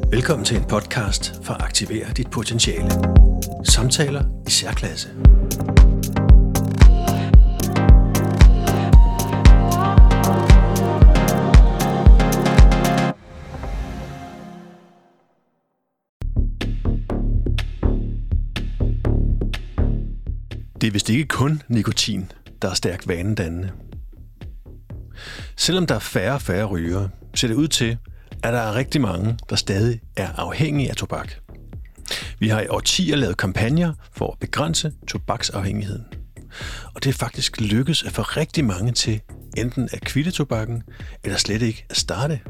Velkommen til en podcast for at aktivere dit potentiale. Samtaler i særklasse. Det er vist ikke kun nikotin, der er stærkt vanedannende. Selvom der er færre og færre rygere, ser det ud til, at der er rigtig mange, der stadig er afhængige af tobak. Vi har i årtier lavet kampagner for at begrænse tobaksafhængigheden. Og det er faktisk lykkedes at få rigtig mange til enten at kvitte tobakken, eller slet ikke at starte.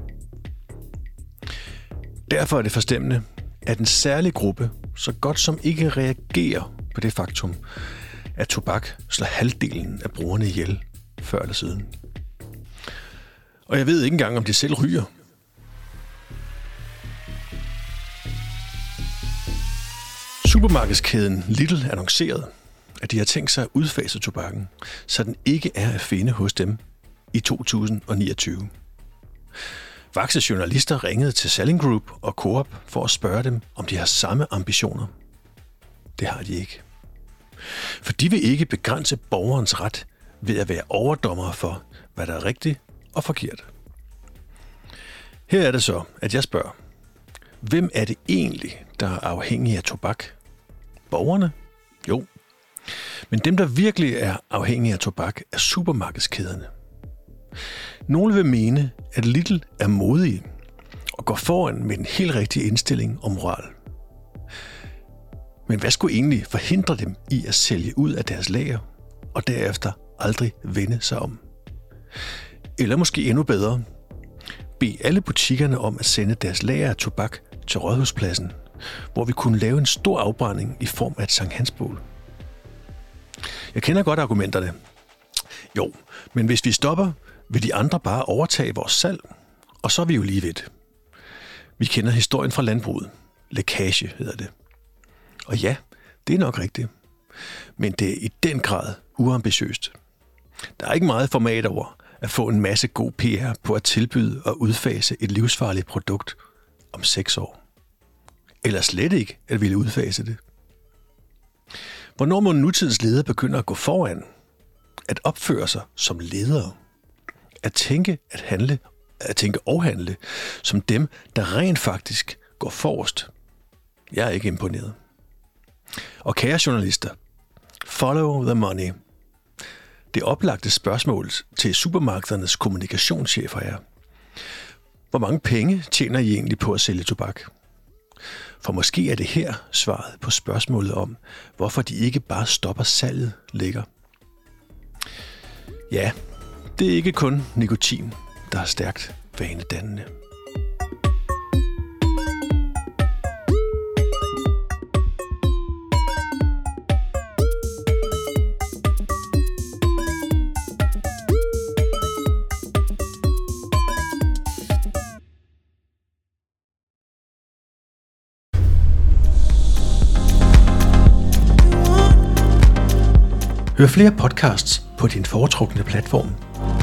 Derfor er det forstemmende, at en særlig gruppe så godt som ikke reagerer på det faktum, at tobak slår halvdelen af brugerne ihjel før eller siden. Og jeg ved ikke engang, om de selv ryger. Supermarkedskæden Lidl annoncerede, at de har tænkt sig at udfase tobakken, så den ikke er at finde hos dem i 2029. Vakse journalister ringede til Salling Group og Coop for at spørge dem, om de har samme ambitioner. Det har de ikke. For de vil ikke begrænse borgerens ret ved at være overdommere for, hvad der er rigtigt og forkert. Her er det så, at jeg spørger, hvem er det egentlig, der er afhængige af tobak? Borgerne? Jo. Men dem, der virkelig er afhængige af tobak, er supermarkedskæderne. Nogle vil mene, at Lidl er modige og går foran med en helt rigtig indstilling og moral. Men hvad skulle egentlig forhindre dem i at sælge ud af deres lager og derefter aldrig vende sig om? Eller måske endnu bedre, bede alle butikkerne om at sende deres lager af tobak til Rådhuspladsen, hvor vi kunne lave en stor afbrænding i form af et Sankt Hans-bål. Jeg kender godt argumenterne. Jo, men hvis vi stopper, vil de andre bare overtage vores salg, og så er vi jo lige ved. Vi kender historien fra landbruget. Lækage hedder det. Og ja, det er nok rigtigt. Men det er i den grad uambitiøst. Der er ikke meget format over at få en masse god PR på at tilbyde og udfase et livsfarligt produkt om 6 år. Eller slet ikke at ville udfase det. Hvornår må nutidens ledere begynde at gå foran? At opføre sig som ledere? At tænke og handle som dem, der rent faktisk går forrest? Jeg er ikke imponeret. Og kære journalister, follow the money. Det oplagte spørgsmål til supermarkedernes kommunikationschefer er: hvor mange penge tjener I egentlig på at sælge tobak? For måske er det her svaret på spørgsmålet om, hvorfor de ikke bare stopper salget ligger. Ja, det er ikke kun nikotin, der er stærkt vanedannende. Hør flere podcasts på din foretrukne platform.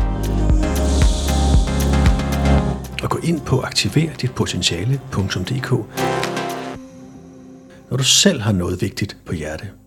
Og gå ind på aktiverditpotentiale.dk, når du selv har noget vigtigt på hjerte.